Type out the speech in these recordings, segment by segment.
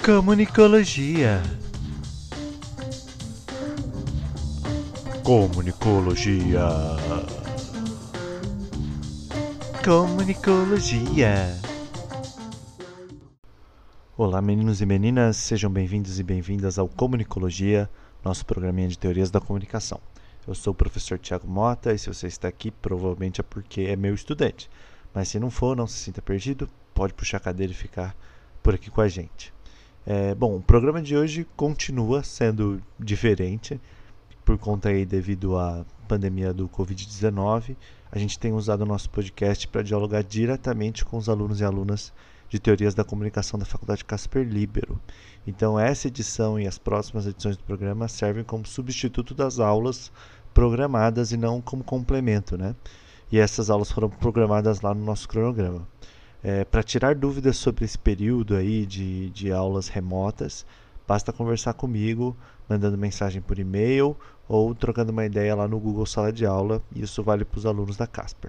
Comunicologia. Comunicologia. Comunicologia. Olá, meninos e meninas, sejam bem-vindos e bem-vindas ao Comunicologia, nosso programinha de teorias da comunicação. Eu sou o professor Thiago Mota e se você está aqui, provavelmente é porque é meu estudante. Mas se não for, não se sinta perdido, pode puxar a cadeira e ficar por aqui com a gente. Bom, o programa de hoje continua sendo diferente, por conta aí devido à pandemia do Covid-19. A gente tem usado o nosso podcast para dialogar diretamente com os alunos e alunas de Teorias da Comunicação da Faculdade Casper Libero. Então essa edição e as próximas edições do programa servem como substituto das aulas programadas e não como complemento, né? E essas aulas foram programadas lá no nosso cronograma. Para tirar dúvidas sobre esse período aí de aulas remotas, basta conversar comigo, mandando mensagem por e-mail ou trocando uma ideia lá no Google Sala de Aula, e isso vale para os alunos da Casper.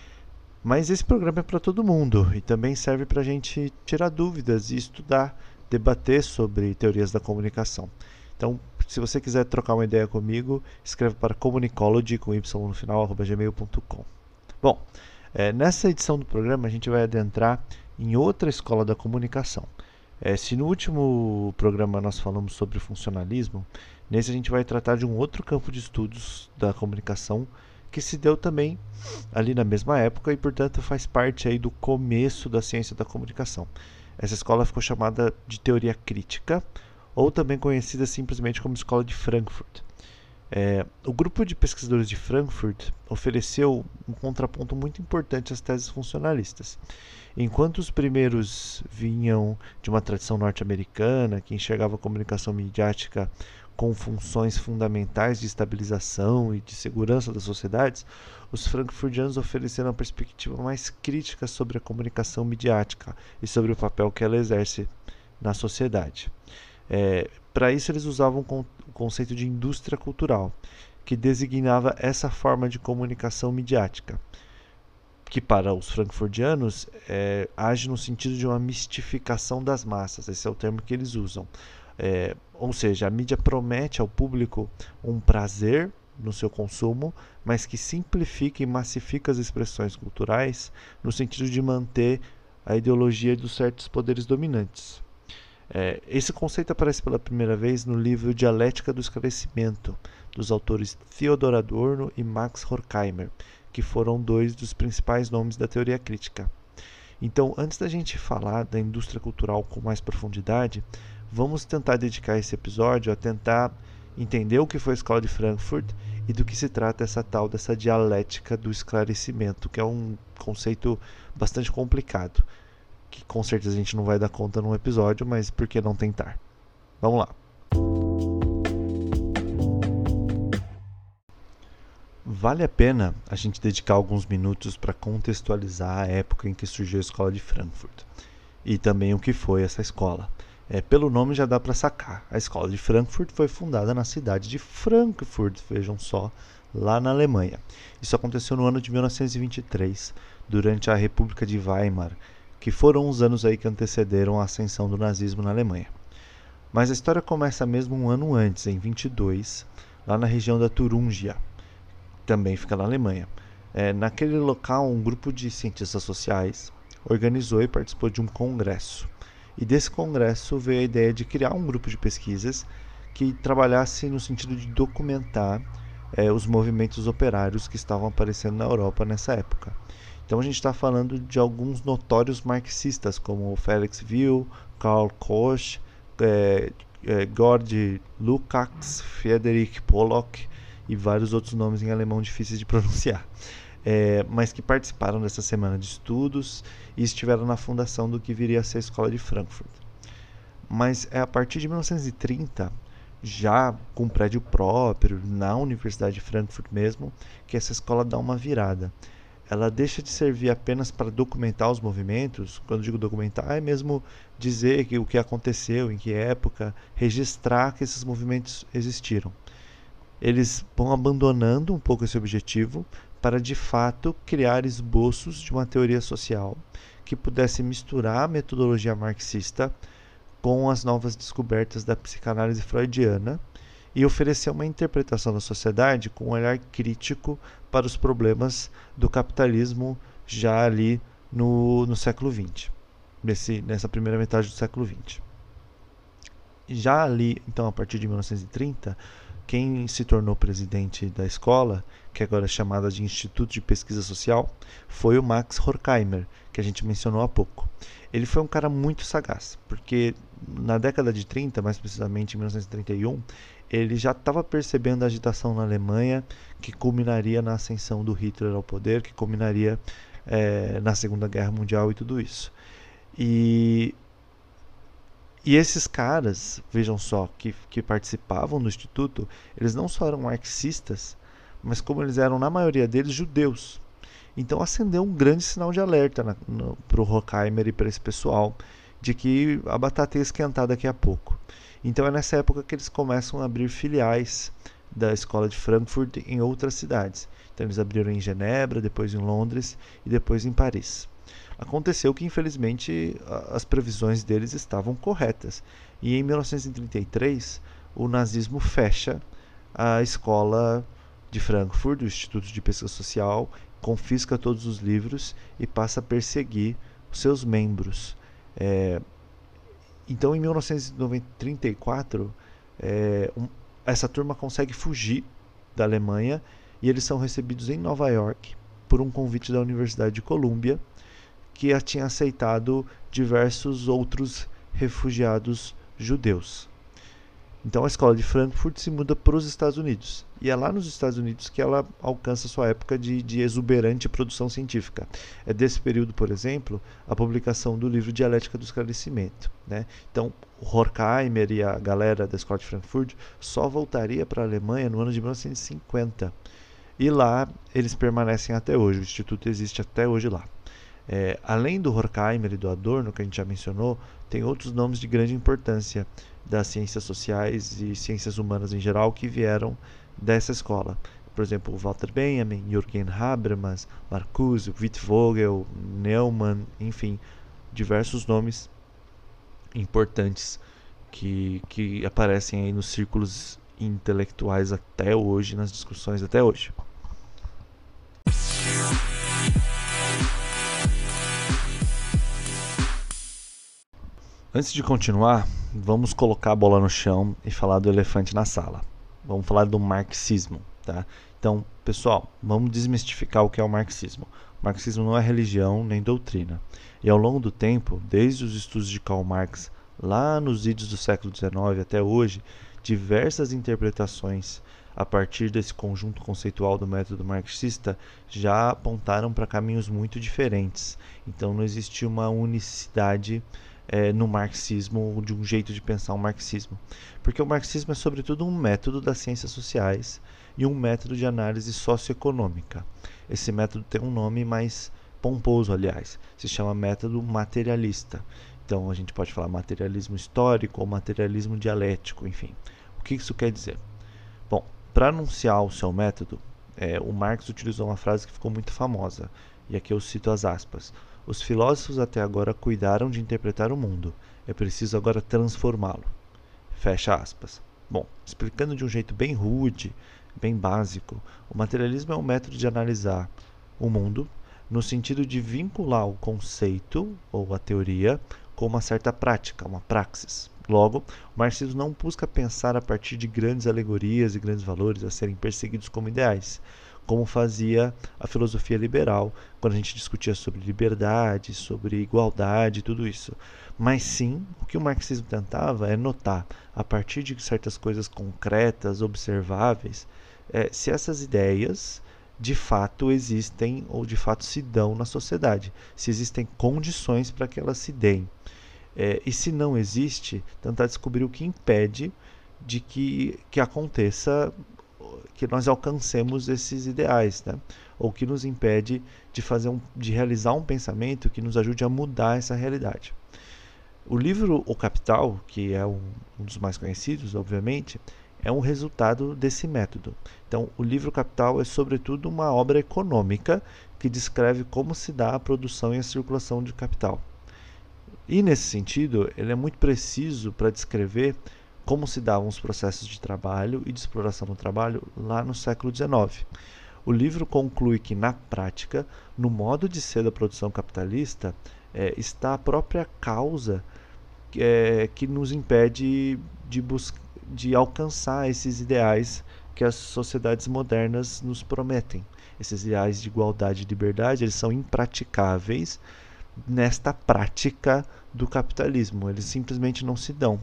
Mas esse programa é para todo mundo e também serve para a gente tirar dúvidas e estudar, debater sobre teorias da comunicação. Então, se você quiser trocar uma ideia comigo, escreva para comunicology, com y no final, @gmail.com. Bom, nessa edição do programa a gente vai adentrar em outra escola da comunicação. Se no último programa nós falamos sobre funcionalismo, nesse a gente vai tratar de um outro campo de estudos da comunicação que se deu também ali na mesma época e, portanto, faz parte aí do começo da ciência da comunicação. Essa escola ficou chamada de teoria crítica, ou também conhecida simplesmente como Escola de Frankfurt. O grupo de pesquisadores de Frankfurt ofereceu um contraponto muito importante às teses funcionalistas. Enquanto os primeiros vinham de uma tradição norte-americana, que enxergava a comunicação midiática com funções fundamentais de estabilização e de segurança das sociedades, os frankfurtianos ofereceram uma perspectiva mais crítica sobre a comunicação midiática e sobre o papel que ela exerce na sociedade. Para isso, eles usavam o conceito de indústria cultural, que designava essa forma de comunicação midiática, que para os frankfurtianos age no sentido de uma mistificação das massas. Esse é o termo que eles usam. Ou seja, a mídia promete ao público um prazer no seu consumo, mas que simplifica e massifica as expressões culturais no sentido de manter a ideologia dos certos poderes dominantes. Esse conceito aparece pela primeira vez no livro Dialética do Esclarecimento, dos autores Theodor Adorno e Max Horkheimer, que foram dois dos principais nomes da teoria crítica. Então, antes da gente falar da indústria cultural com mais profundidade, vamos tentar dedicar esse episódio a tentar entender o que foi a Escola de Frankfurt e do que se trata dessa dialética do esclarecimento, que é um conceito bastante complicado, que com certeza a gente não vai dar conta num episódio, mas por que não tentar? Vamos lá. Vale a pena a gente dedicar alguns minutos para contextualizar a época em que surgiu a Escola de Frankfurt e também o que foi essa escola. Pelo nome já dá para sacar. A Escola de Frankfurt foi fundada na cidade de Frankfurt, vejam só, lá na Alemanha. Isso aconteceu no ano de 1923, durante a República de Weimar, que foram os anos aí que antecederam a ascensão do nazismo na Alemanha. Mas a história começa mesmo um ano antes, em 22, lá na região da Turungia, também fica na Alemanha. Naquele local, um grupo de cientistas sociais organizou e participou de um congresso. E desse congresso veio a ideia de criar um grupo de pesquisas que trabalhasse no sentido de documentar os movimentos operários que estavam aparecendo na Europa nessa época. Então a gente está falando de alguns notórios marxistas, como Felix Wiel, Karl Koch, Gord Lukács, Friedrich Pollock e vários outros nomes em alemão difíceis de pronunciar, mas que participaram dessa semana de estudos e estiveram na fundação do que viria a ser a Escola de Frankfurt. Mas é a partir de 1930, já com um prédio próprio, na Universidade de Frankfurt mesmo, que essa escola dá uma virada. Ela deixa de servir apenas para documentar os movimentos. Quando digo documentar, é mesmo dizer o que aconteceu, em que época, registrar que esses movimentos existiram. Eles vão abandonando um pouco esse objetivo para, de fato, criar esboços de uma teoria social que pudesse misturar a metodologia marxista com as novas descobertas da psicanálise freudiana e oferecer uma interpretação da sociedade com um olhar crítico para os problemas do capitalismo já ali no século XX, nessa primeira metade do século XX. Já ali, então, a partir de 1930, quem se tornou presidente da escola, que agora é chamada de Instituto de Pesquisa Social, foi o Max Horkheimer, que a gente mencionou há pouco. Ele foi um cara muito sagaz, porque na década de 30, mais precisamente em 1931, ele já estava percebendo a agitação na Alemanha, que culminaria na ascensão do Hitler ao poder, que culminaria na Segunda Guerra Mundial e tudo isso. E esses caras, vejam só, que participavam do Instituto, eles não só eram marxistas, mas como eles eram, na maioria deles, judeus. Então acendeu um grande sinal de alerta para o Horkheimer e para esse pessoal, de que a batata ia esquentar daqui a pouco. Então é nessa época que eles começam a abrir filiais da escola de Frankfurt em outras cidades. Então eles abriram em Genebra, depois em Londres e depois em Paris. Aconteceu que, infelizmente, as previsões deles estavam corretas. E em 1933, o nazismo fecha a escola de Frankfurt, o Instituto de Pesquisa Social, confisca todos os livros e passa a perseguir os seus membros. Então, em 1934, essa turma consegue fugir da Alemanha e eles são recebidos em Nova York por um convite da Universidade de Colômbia, que tinha aceitado diversos outros refugiados judeus. Então a escola de Frankfurt se muda para os Estados Unidos. E é lá nos Estados Unidos que ela alcança sua época de exuberante produção científica. É desse período, por exemplo, a publicação do livro Dialética do Esclarecimento, né? Então, o Horkheimer e a galera da escola de Frankfurt só voltaria para a Alemanha no ano de 1950. E lá eles permanecem até hoje. O Instituto existe até hoje lá. Além do Horkheimer e do Adorno, que a gente já mencionou, tem outros nomes de grande importância das ciências sociais e ciências humanas em geral que vieram dessa escola. Por exemplo, Walter Benjamin, Jürgen Habermas, Marcuse, Wittfogel, Neumann, enfim, diversos nomes importantes que aparecem aí nos círculos intelectuais até hoje, nas discussões até hoje. Antes de continuar, vamos colocar a bola no chão e falar do elefante na sala. Vamos falar do marxismo, tá? Então, pessoal, vamos desmistificar o que é o marxismo. O marxismo não é religião nem doutrina. E ao longo do tempo, desde os estudos de Karl Marx, lá nos idos do século XIX até hoje, diversas interpretações a partir desse conjunto conceitual do método marxista já apontaram para caminhos muito diferentes. Então não existe uma unicidade no marxismo, de um jeito de pensar o marxismo. Porque o marxismo é sobretudo um método das ciências sociais e um método de análise socioeconômica. Esse método tem um nome mais pomposo, aliás, se chama método materialista. Então a gente pode falar materialismo histórico ou materialismo dialético, enfim. O que isso quer dizer? Bom, para anunciar o seu método, o Marx utilizou uma frase que ficou muito famosa, e aqui eu cito as aspas: os filósofos até agora cuidaram de interpretar o mundo, é preciso agora transformá-lo. Fecha aspas. Bom, explicando de um jeito bem rude, bem básico, o materialismo é um método de analisar o mundo no sentido de vincular o conceito ou a teoria com uma certa prática, uma praxis. Logo, o marxismo não busca pensar a partir de grandes alegorias e grandes valores a serem perseguidos como ideais, como fazia a filosofia liberal, quando a gente discutia sobre liberdade, sobre igualdade, tudo isso. Mas sim, o que o marxismo tentava é notar, a partir de certas coisas concretas, observáveis, se essas ideias de fato existem ou de fato se dão na sociedade, se existem condições para que elas se deem. E se não existe, tentar descobrir o que impede de que aconteça, que nós alcancemos esses ideais, né? Ou que nos impede de realizar um pensamento que nos ajude a mudar essa realidade. O livro O Capital, que é um dos mais conhecidos, obviamente, é um resultado desse método. Então, o livro Capital é, sobretudo, uma obra econômica que descreve como se dá a produção e a circulação de capital. E nesse sentido, ele é muito preciso para descrever como se davam os processos de trabalho e de exploração do trabalho lá no século XIX. O livro conclui que, na prática, no modo de ser da produção capitalista, está a própria causa que nos impede de alcançar esses ideais que as sociedades modernas nos prometem. Esses ideais de igualdade e liberdade, eles são impraticáveis nesta prática do capitalismo. Eles simplesmente não se dão.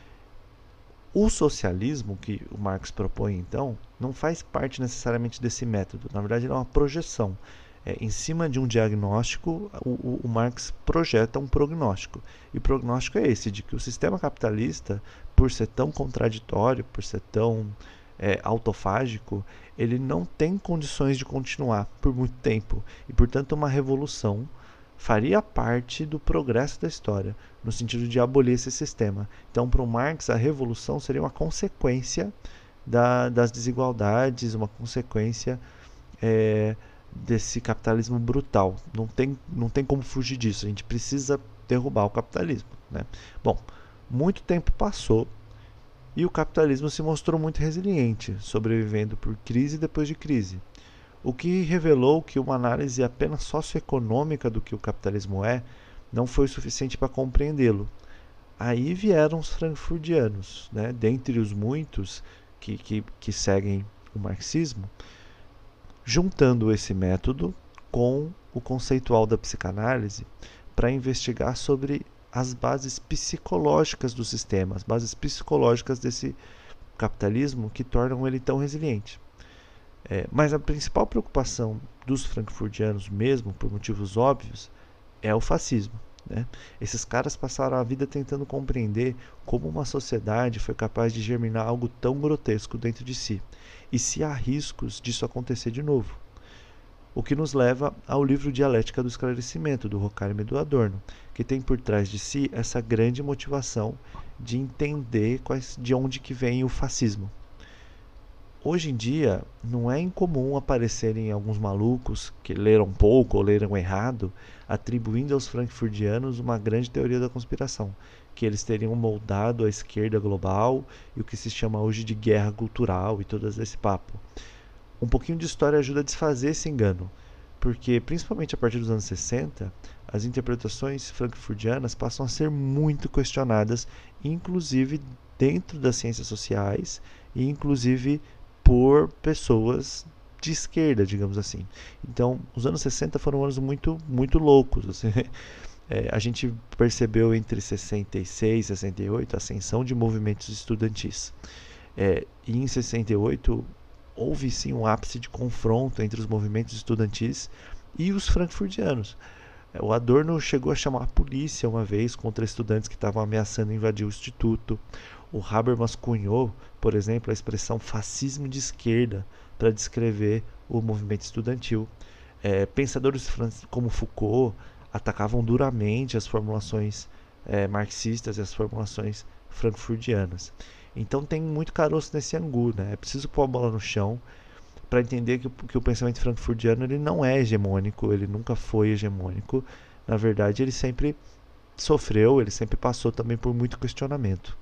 O socialismo que o Marx propõe, então, não faz parte necessariamente desse método. Na verdade, ele é uma projeção. Em cima de um diagnóstico, o Marx projeta um prognóstico. E o prognóstico é esse, de que o sistema capitalista, por ser tão contraditório, por ser tão autofágico, ele não tem condições de continuar por muito tempo. E, portanto, uma revolução faria parte do progresso da história, no sentido de abolir esse sistema. Então, para o Marx, a revolução seria uma consequência das desigualdades, uma consequência desse capitalismo brutal. Não tem como fugir disso. A gente precisa derrubar o capitalismo, né? Bom, muito tempo passou e o capitalismo se mostrou muito resiliente, sobrevivendo por crise depois de crise. O que revelou que uma análise apenas socioeconômica do que o capitalismo não foi suficiente para compreendê-lo. Aí vieram os frankfurtianos, né? Dentre os muitos que seguem o marxismo, juntando esse método com o conceitual da psicanálise para investigar sobre as bases psicológicas do sistema, as bases psicológicas desse capitalismo que tornam ele tão resiliente. Mas a principal preocupação dos frankfurtianos, mesmo por motivos óbvios, é o fascismo, né? Esses caras passaram a vida tentando compreender como uma sociedade foi capaz de germinar algo tão grotesco dentro de si, e se há riscos disso acontecer de novo. O que nos leva ao livro Dialética do Esclarecimento, do Horkheimer e do Adorno, que tem por trás de si essa grande motivação de entender de onde que vem o fascismo. Hoje em dia, não é incomum aparecerem alguns malucos que leram pouco ou leram errado, atribuindo aos frankfurtianos uma grande teoria da conspiração, que eles teriam moldado a esquerda global e o que se chama hoje de guerra cultural e todo esse papo. Um pouquinho de história ajuda a desfazer esse engano, porque principalmente a partir dos anos 60, as interpretações frankfurtianas passam a ser muito questionadas, inclusive dentro das ciências sociais e inclusive por pessoas de esquerda, digamos assim. Então, os anos 60 foram anos muito, muito loucos. Assim. A gente percebeu entre 66 e 68 a ascensão de movimentos estudantis. E em 68 houve sim um ápice de confronto entre os movimentos estudantis e os frankfurtianos. O Adorno chegou a chamar a polícia uma vez contra estudantes que estavam ameaçando invadir o instituto. O Habermas cunhou, por exemplo, a expressão fascismo de esquerda para descrever o movimento estudantil. Pensadores como Foucault atacavam duramente as formulações marxistas e as formulações frankfurtianas. Então tem muito caroço nesse angu, né? É preciso pôr a bola no chão para entender que o pensamento frankfurtiano ele não é hegemônico, ele nunca foi hegemônico. Na verdade, ele sempre sofreu, ele sempre passou também por muito questionamento.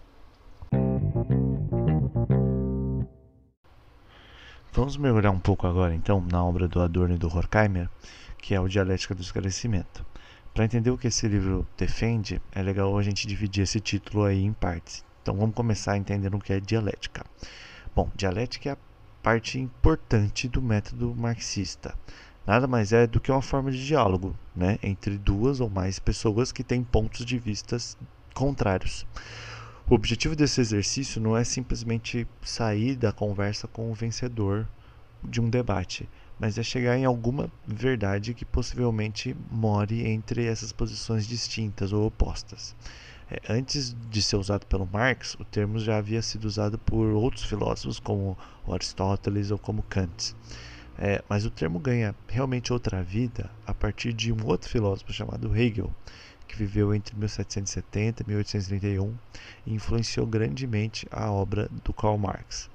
Vamos mergulhar um pouco agora, então, na obra do Adorno e do Horkheimer, que é o Dialética do Esclarecimento. Para entender o que esse livro defende, é legal a gente dividir esse título aí em partes. Então, vamos começar entendendo o que é dialética. Bom, dialética é a parte importante do método marxista. Nada mais é do que uma forma de diálogo, né, entre duas ou mais pessoas que têm pontos de vista contrários. O objetivo desse exercício não é simplesmente sair da conversa com o vencedor de um debate, mas é chegar em alguma verdade que possivelmente more entre essas posições distintas ou opostas. Antes de ser usado pelo Marx, o termo já havia sido usado por outros filósofos como Aristóteles ou como Kant. Mas o termo ganha realmente outra vida a partir de um outro filósofo chamado Hegel, que viveu entre 1770 e 1831 e influenciou grandemente a obra do Karl Marx.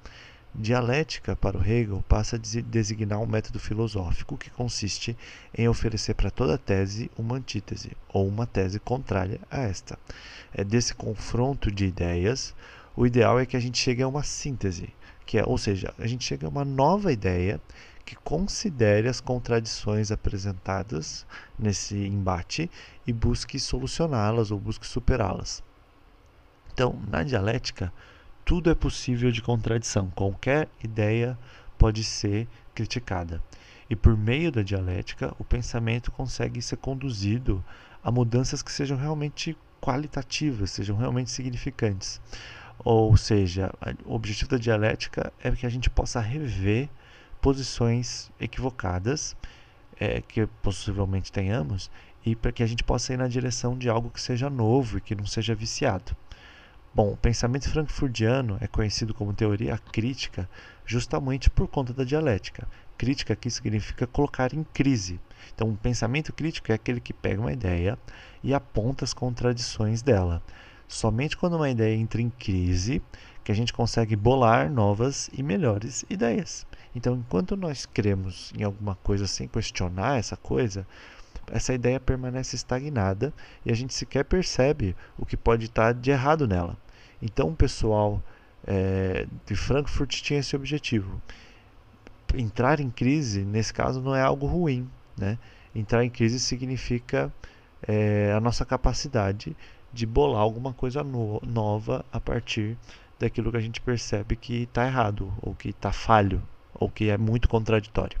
Dialética, para o Hegel, passa a designar um método filosófico que consiste em oferecer para toda tese uma antítese, ou uma tese contrária a esta. Desse confronto de ideias, o ideal é que a gente chegue a uma síntese, ou seja, a gente chega a uma nova ideia que considere as contradições apresentadas nesse embate e busque solucioná-las ou busque superá-las. Então, na dialética, tudo é possível de contradição. Qualquer ideia pode ser criticada. E por meio da dialética, o pensamento consegue ser conduzido a mudanças que sejam realmente qualitativas, sejam realmente significantes. Ou seja, o objetivo da dialética é que a gente possa rever posições equivocadas, que possivelmente tenhamos, e para que a gente possa ir na direção de algo que seja novo e que não seja viciado. Bom, o pensamento frankfurtiano é conhecido como teoria crítica justamente por conta da dialética. Crítica aqui significa colocar em crise. Então, o pensamento crítico é aquele que pega uma ideia e aponta as contradições dela. Somente quando uma ideia entra em crise que a gente consegue bolar novas e melhores ideias. Então, enquanto nós cremos em alguma coisa sem questionar essa ideia permanece estagnada e a gente sequer percebe o que pode estar de errado nela. Então, o pessoal de Frankfurt tinha esse objetivo. Entrar em crise, nesse caso, não é algo ruim, né? Entrar em crise significa a nossa capacidade de bolar alguma coisa nova a partir daquilo que a gente percebe que está errado, ou que está falho, ou que é muito contraditório.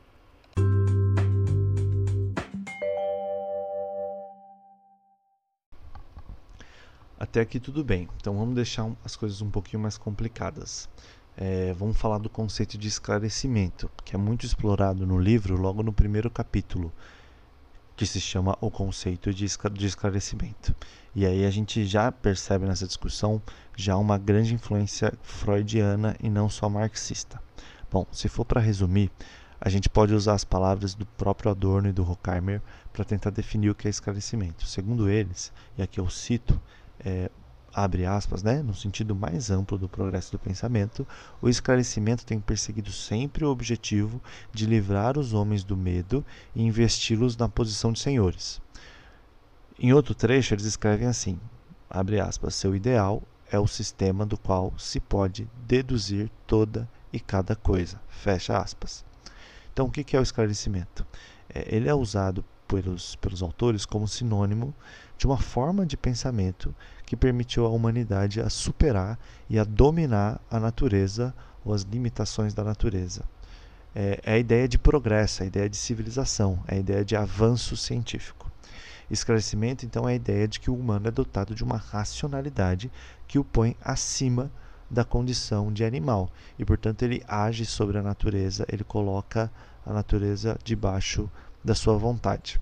Até aqui tudo bem, então vamos deixar as coisas um pouquinho mais complicadas. Vamos falar do conceito de esclarecimento, que é muito explorado no livro logo no primeiro capítulo, que se chama o conceito de esclarecimento. E aí a gente já percebe nessa discussão já uma grande influência freudiana e não só marxista. Bom, se for para resumir, a gente pode usar as palavras do próprio Adorno e do Horkheimer para tentar definir o que é esclarecimento. Segundo eles, e aqui eu cito, abre aspas, né, no sentido mais amplo do progresso do pensamento, o esclarecimento tem perseguido sempre o objetivo de livrar os homens do medo e investi-los na posição de senhores. Em outro trecho, eles escrevem assim, abre aspas, seu ideal é o sistema do qual se pode deduzir toda e cada coisa, fecha aspas. Então, o que é o esclarecimento? Ele é usado pelos autores como sinônimo de uma forma de pensamento que permitiu à humanidade a superar e a dominar a natureza ou as limitações da natureza. É a ideia de progresso, a ideia de civilização, a ideia de avanço científico. Esclarecimento, então, é a ideia de que o humano é dotado de uma racionalidade que o põe acima da condição de animal e, portanto, ele age sobre a natureza, ele coloca a natureza debaixo da sua vontade.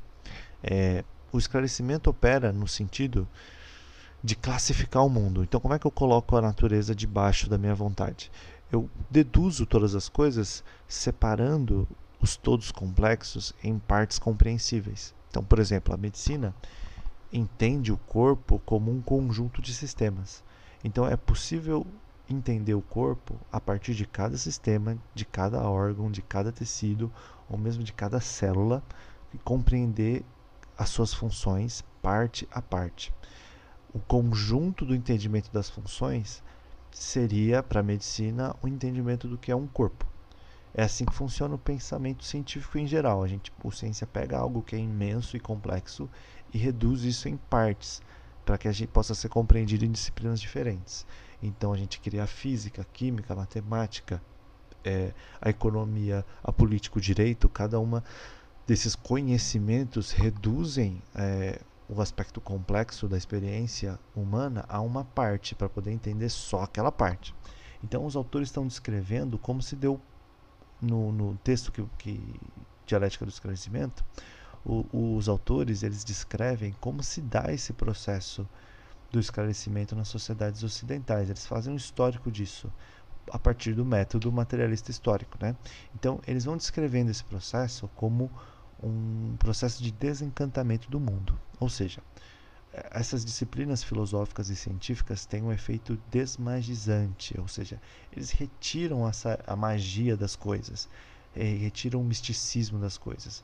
O esclarecimento opera no sentido de classificar o mundo. Então, como é que eu coloco a natureza debaixo da minha vontade? Eu deduzo todas as coisas separando os todos complexos em partes compreensíveis. Então, por exemplo, a medicina entende o corpo como um conjunto de sistemas. Então, é possível entender o corpo a partir de cada sistema, de cada órgão, de cada tecido, ou mesmo de cada célula, e compreender as suas funções parte a parte. O conjunto do entendimento das funções seria, para a medicina, o entendimento do que é um corpo. É assim que funciona o pensamento científico em geral. A ciência pega algo que é imenso e complexo e reduz isso em partes, para que a gente possa ser compreendido em disciplinas diferentes. Então a gente cria a física, a química, a matemática, a economia, a política, o direito. Cada uma desses conhecimentos reduzem o aspecto complexo da experiência humana a uma parte, para poder entender só aquela parte. Então os autores estão descrevendo como se deu no texto que Dialética do Esclarecimento, os autores eles descrevem como se dá esse processo do esclarecimento nas sociedades ocidentais. Eles fazem um histórico disso a partir do método materialista histórico, né? Então eles vão descrevendo esse processo como um processo de desencantamento do mundo. Ou seja, essas disciplinas filosóficas e científicas têm um efeito desmagizante, ou seja, eles retiram a magia das coisas, retiram o misticismo das coisas.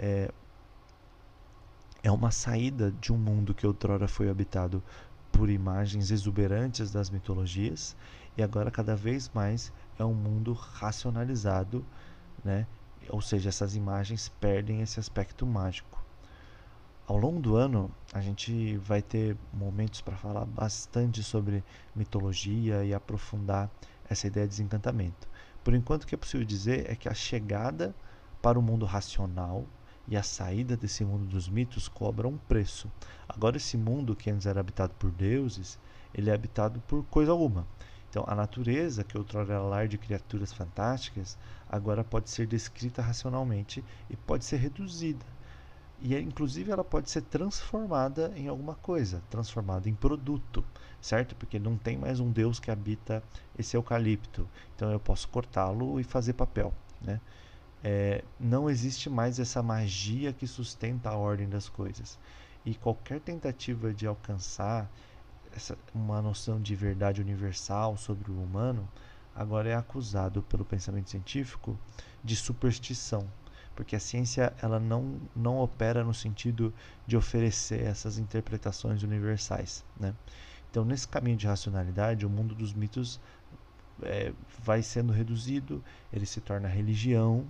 É uma saída de um mundo que outrora foi habitado por imagens exuberantes das mitologias e agora cada vez mais é um mundo racionalizado, né? Ou seja, essas imagens perdem esse aspecto mágico. Ao longo do ano, a gente vai ter momentos para falar bastante sobre mitologia e aprofundar essa ideia de desencantamento. Por enquanto, o que é possível dizer é que a chegada para o mundo racional e a saída desse mundo dos mitos cobra um preço. Agora, esse mundo que antes era habitado por deuses, ele é habitado por coisa alguma. Então, a natureza, que outrora era lar de criaturas fantásticas, agora pode ser descrita racionalmente e pode ser reduzida. E inclusive ela pode ser transformada em alguma coisa, transformada em produto, certo? Porque não tem mais um Deus que habita esse eucalipto, então eu posso cortá-lo e fazer papel, né? Não existe mais essa magia que sustenta a ordem das coisas. E qualquer tentativa de alcançar uma noção de verdade universal sobre o humano agora é acusado pelo pensamento científico de superstição, porque a ciência ela não opera no sentido de oferecer essas interpretações universais, né? Então, nesse caminho de racionalidade, o mundo dos mitos vai sendo reduzido, ele se torna religião,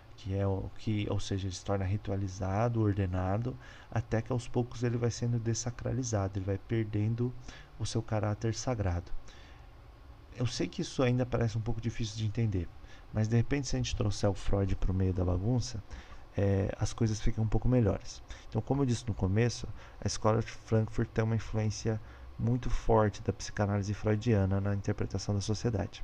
ou seja, ele se torna ritualizado, ordenado, até que aos poucos ele vai sendo desacralizado, ele vai perdendo o seu caráter sagrado. Eu sei que isso ainda parece um pouco difícil de entender, mas de repente, se a gente trouxer o Freud para o meio da bagunça, as coisas ficam um pouco melhores. Então, como eu disse no começo, a escola de Frankfurt tem uma influência muito forte da psicanálise freudiana na interpretação da sociedade.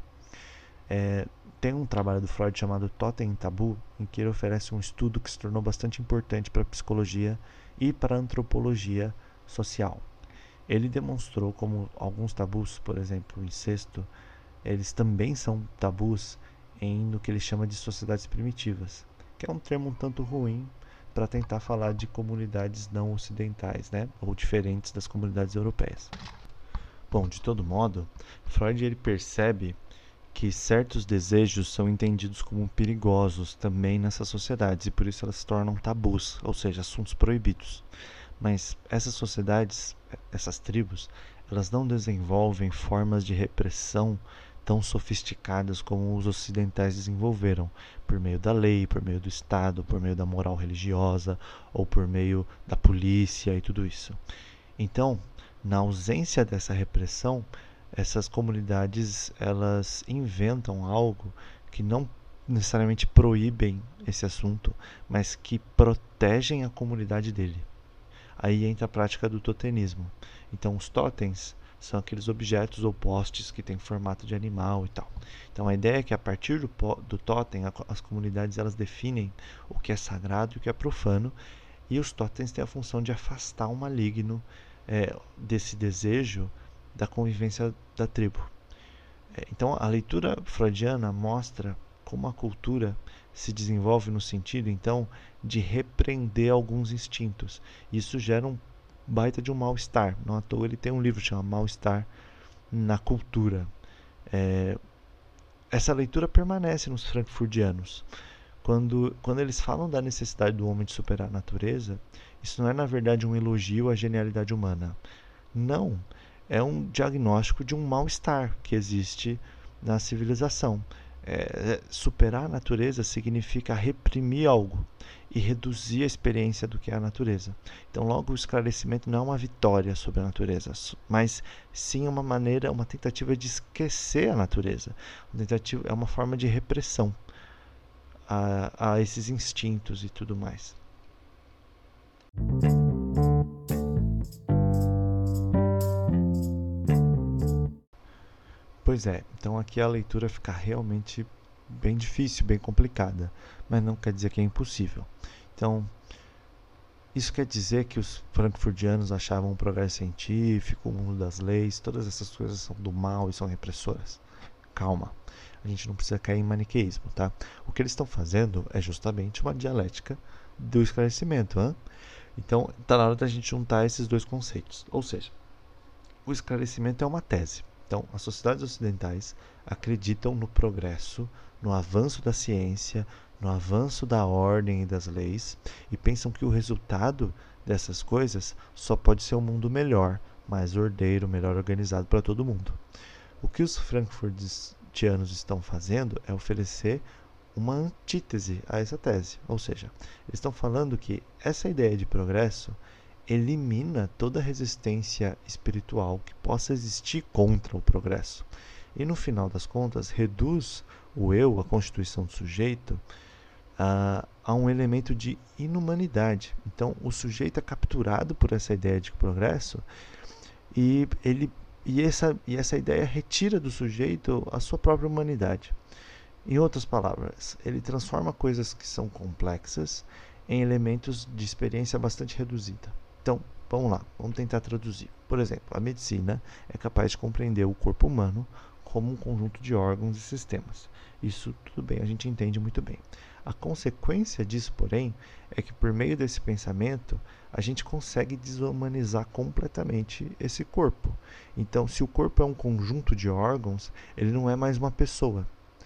Tem um trabalho do Freud chamado Totem e Tabu, em que ele oferece um estudo que se tornou bastante importante para a psicologia e para a antropologia social. Ele demonstrou como alguns tabus, por exemplo, o incesto, eles também são tabus no que ele chama de sociedades primitivas, que é um termo um tanto ruim para tentar falar de comunidades não ocidentais, né? Ou diferentes das comunidades europeias. Bom, de todo modo, Freud ele percebe que certos desejos são entendidos como perigosos também nessas sociedades e por isso elas se tornam tabus, ou seja, assuntos proibidos. Mas essas sociedades, essas tribos, elas não desenvolvem formas de repressão tão sofisticadas como os ocidentais desenvolveram, por meio da lei, por meio do Estado, por meio da moral religiosa ou por meio da polícia e tudo isso. Então, na ausência dessa repressão, essas comunidades elas inventam algo que não necessariamente proíbem esse assunto, mas que protegem a comunidade dele. Aí entra a prática do totemismo. Então, os totens são aqueles objetos ou postes que têm formato de animal e tal. Então, a ideia é que a partir do totem, as comunidades elas definem o que é sagrado e o que é profano, e os totens têm a função de afastar o maligno desse desejo da convivência da tribo. Então, a leitura freudiana mostra como a cultura se desenvolve no sentido, então, de repreender alguns instintos. Isso gera um baita de um mal-estar. Não à toa ele tem um livro chamado Mal-Estar na Cultura. Essa leitura permanece nos frankfurtianos. Quando eles falam da necessidade do homem de superar a natureza, isso não é, na verdade, um elogio à genialidade humana. Não, é um diagnóstico de um mal-estar que existe na civilização. Superar a natureza significa reprimir algo e reduzir a experiência do que é a natureza. Então, logo, o esclarecimento não é uma vitória sobre a natureza, mas sim uma tentativa de esquecer a natureza. É uma forma de repressão a esses instintos e tudo mais. Pois é, então aqui a leitura fica realmente bem difícil, bem complicada, mas não quer dizer que é impossível. Então, isso quer dizer que os frankfurtianos achavam o progresso científico, o mundo das leis, todas essas coisas são do mal e são repressoras. Calma, a gente não precisa cair em maniqueísmo, tá? O que eles estão fazendo é justamente uma dialética do esclarecimento, hein? Então, está na hora da gente juntar esses dois conceitos. Ou seja, o esclarecimento é uma tese. Então, as sociedades ocidentais acreditam no progresso, no avanço da ciência, no avanço da ordem e das leis, e pensam que o resultado dessas coisas só pode ser um mundo melhor, mais ordeiro, melhor organizado para todo mundo. O que os frankfurtianos estão fazendo é oferecer uma antítese a essa tese. Ou seja, eles estão falando que essa ideia de progresso elimina toda resistência espiritual que possa existir contra o progresso. E no final das contas, reduz o eu, a constituição do sujeito, a um elemento de inumanidade. Então, o sujeito é capturado por essa ideia de progresso e essa ideia retira do sujeito a sua própria humanidade. Em outras palavras, ele transforma coisas que são complexas em elementos de experiência bastante reduzida. Então, vamos lá, vamos tentar traduzir. Por exemplo, a medicina é capaz de compreender o corpo humano como um conjunto de órgãos e sistemas. Isso tudo bem, a gente entende muito bem. A consequência disso, porém, é que por meio desse pensamento, a gente consegue desumanizar completamente esse corpo. Então, se o corpo é um conjunto de órgãos, ele não é mais uma pessoa.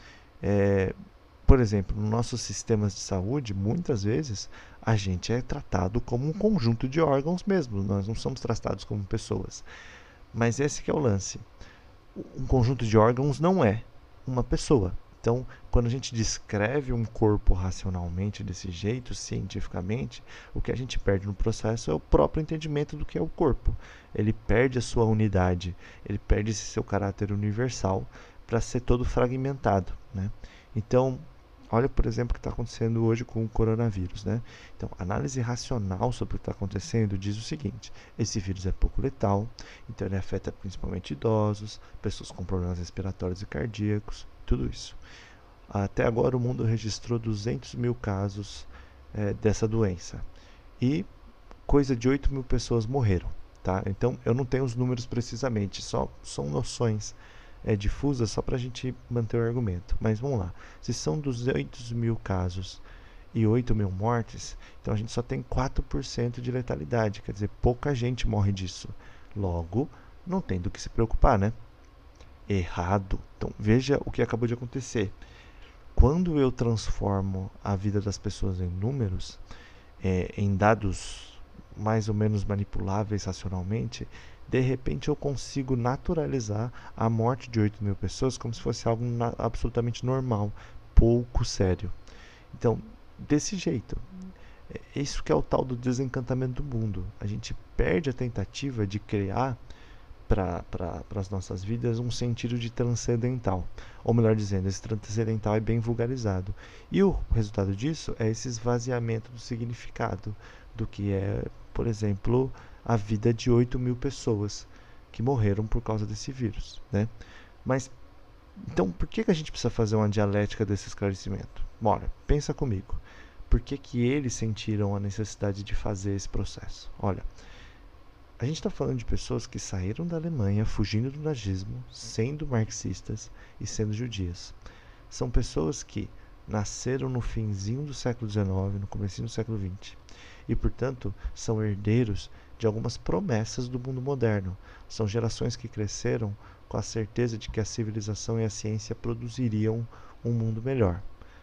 Por exemplo, nos nossos sistemas de saúde, muitas vezes a gente é tratado como um conjunto de órgãos mesmo, nós não somos tratados como pessoas. Mas esse que é o lance. Um conjunto de órgãos não é uma pessoa. Então, quando a gente descreve um corpo racionalmente desse jeito, cientificamente, o que a gente perde no processo é o próprio entendimento do que é o corpo. Ele perde a sua unidade, ele perde esse seu caráter universal para ser todo fragmentado, né? Então, olha, por exemplo, o que está acontecendo hoje com o coronavírus, né? Então, a análise racional sobre o que está acontecendo diz o seguinte: esse vírus é pouco letal, então ele afeta principalmente idosos, pessoas com problemas respiratórios e cardíacos, tudo isso. Até agora, o mundo registrou 200 mil casos dessa doença e coisa de 8 mil pessoas morreram, tá? Então, eu não tenho os números precisamente, só são noções difusa só para a gente manter o argumento. Mas vamos lá. Se são 200 mil casos e 8 mil mortes, então a gente só tem 4% de letalidade. Quer dizer, pouca gente morre disso. Logo, não tem do que se preocupar, né? Errado. Então, veja o que acabou de acontecer. Quando eu transformo a vida das pessoas em números, em dados mais ou menos manipuláveis racionalmente, de repente eu consigo naturalizar a morte de 8 mil pessoas como se fosse algo absolutamente normal, pouco sério. Então, desse jeito, isso que é o tal do desencantamento do mundo. A gente perde a tentativa de criar para as nossas vidas um sentido de transcendental. Ou melhor dizendo, esse transcendental é bem vulgarizado. E o resultado disso é esse esvaziamento do significado do que é, por exemplo, a vida de 8 mil pessoas que morreram por causa desse vírus, né? Mas, então, por que a gente precisa fazer uma dialética desse esclarecimento? Bora, pensa comigo. Por que eles sentiram a necessidade de fazer esse processo? Olha, a gente está falando de pessoas que saíram da Alemanha fugindo do nazismo, sendo marxistas e sendo judias. São pessoas que nasceram no finzinho do século XIX, no comecinho do século XX, e, portanto, são herdeiros de algumas promessas do mundo moderno. São gerações que cresceram com a certeza de que a civilização e a ciência produziriam um mundo melhor.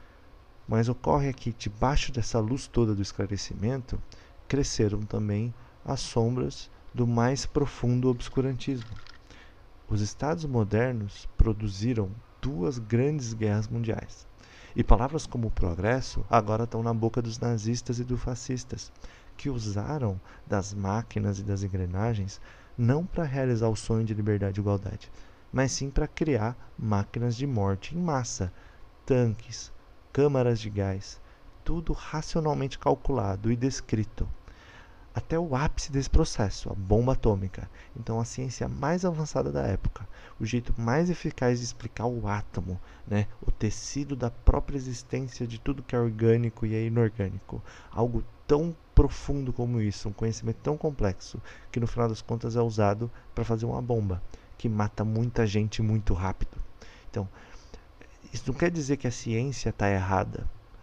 Mas ocorre que, debaixo dessa luz toda do esclarecimento, cresceram também as sombras do mais profundo obscurantismo. Os Estados modernos produziram 2 grandes guerras mundiais. E palavras como progresso agora estão na boca dos nazistas e dos fascistas, que usaram das máquinas e das engrenagens não para realizar o sonho de liberdade e igualdade, mas sim para criar máquinas de morte em massa, tanques, câmaras de gás, tudo racionalmente calculado e descrito. Até o ápice desse processo, a bomba atômica. Então, a ciência mais avançada da época, o jeito mais eficaz de explicar o átomo, né? O tecido da própria existência de tudo que é orgânico e é inorgânico. Algo tão profundo como isso, um conhecimento tão complexo, que no final das contas é usado para fazer uma bomba, que mata muita gente muito rápido. Então, isso não quer dizer que a ciência está errada.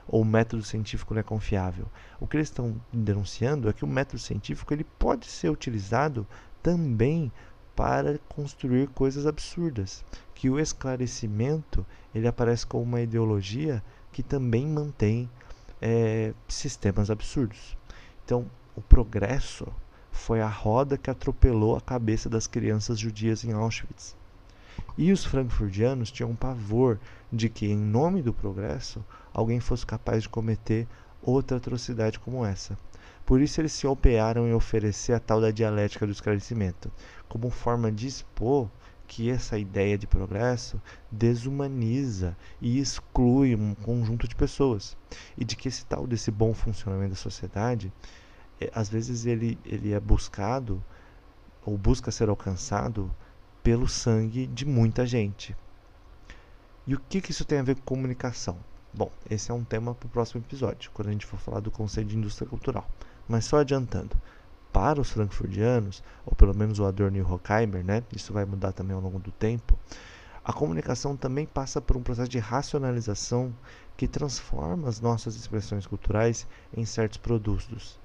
ou o método científico não é confiável. O que eles estão denunciando é que o método científico ele pode ser utilizado também para construir coisas absurdas, que o esclarecimento ele aparece como uma ideologia que também mantém sistemas absurdos. Então, o progresso foi a roda que atropelou a cabeça das crianças judias em Auschwitz. E os frankfurtianos tinham um pavor de que, em nome do progresso, alguém fosse capaz de cometer outra atrocidade como essa. Por isso eles se empenharam em oferecer a tal da dialética do esclarecimento, como forma de expor que essa ideia de progresso desumaniza e exclui um conjunto de pessoas. E de que esse tal desse bom funcionamento da sociedade, às vezes ele é buscado ou busca ser alcançado pelo sangue de muita gente. E o que isso tem a ver com comunicação? Bom, esse é um tema para o próximo episódio, quando a gente for falar do conceito de indústria cultural. Mas só adiantando, para os frankfurtianos, ou pelo menos o Adorno e o Horkheimer, isso vai mudar também ao longo do tempo, a comunicação também passa por um processo de racionalização que transforma as nossas expressões culturais em certos produtos.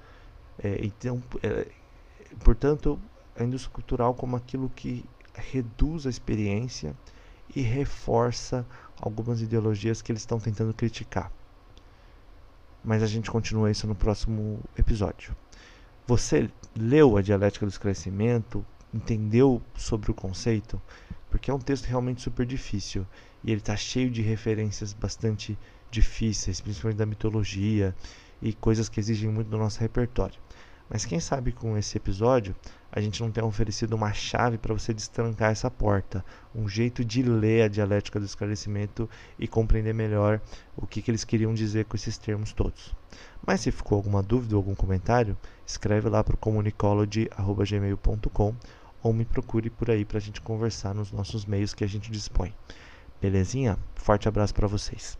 Portanto, a indústria cultural como aquilo que reduz a experiência e reforça algumas ideologias que eles estão tentando criticar. Mas a gente continua isso no próximo episódio. Você leu a Dialética do Esclarecimento? Entendeu sobre o conceito? Porque é um texto realmente super difícil e ele está cheio de referências bastante difíceis, principalmente da mitologia e coisas que exigem muito do nosso repertório. Mas quem sabe com esse episódio a gente não tem oferecido uma chave para você destrancar essa porta, um jeito de ler a Dialética do Esclarecimento e compreender melhor o que eles queriam dizer com esses termos todos. Mas se ficou alguma dúvida ou algum comentário, escreve lá para o comunicology@gmail.com ou me procure por aí para a gente conversar nos nossos meios que a gente dispõe. Belezinha? Forte abraço para vocês.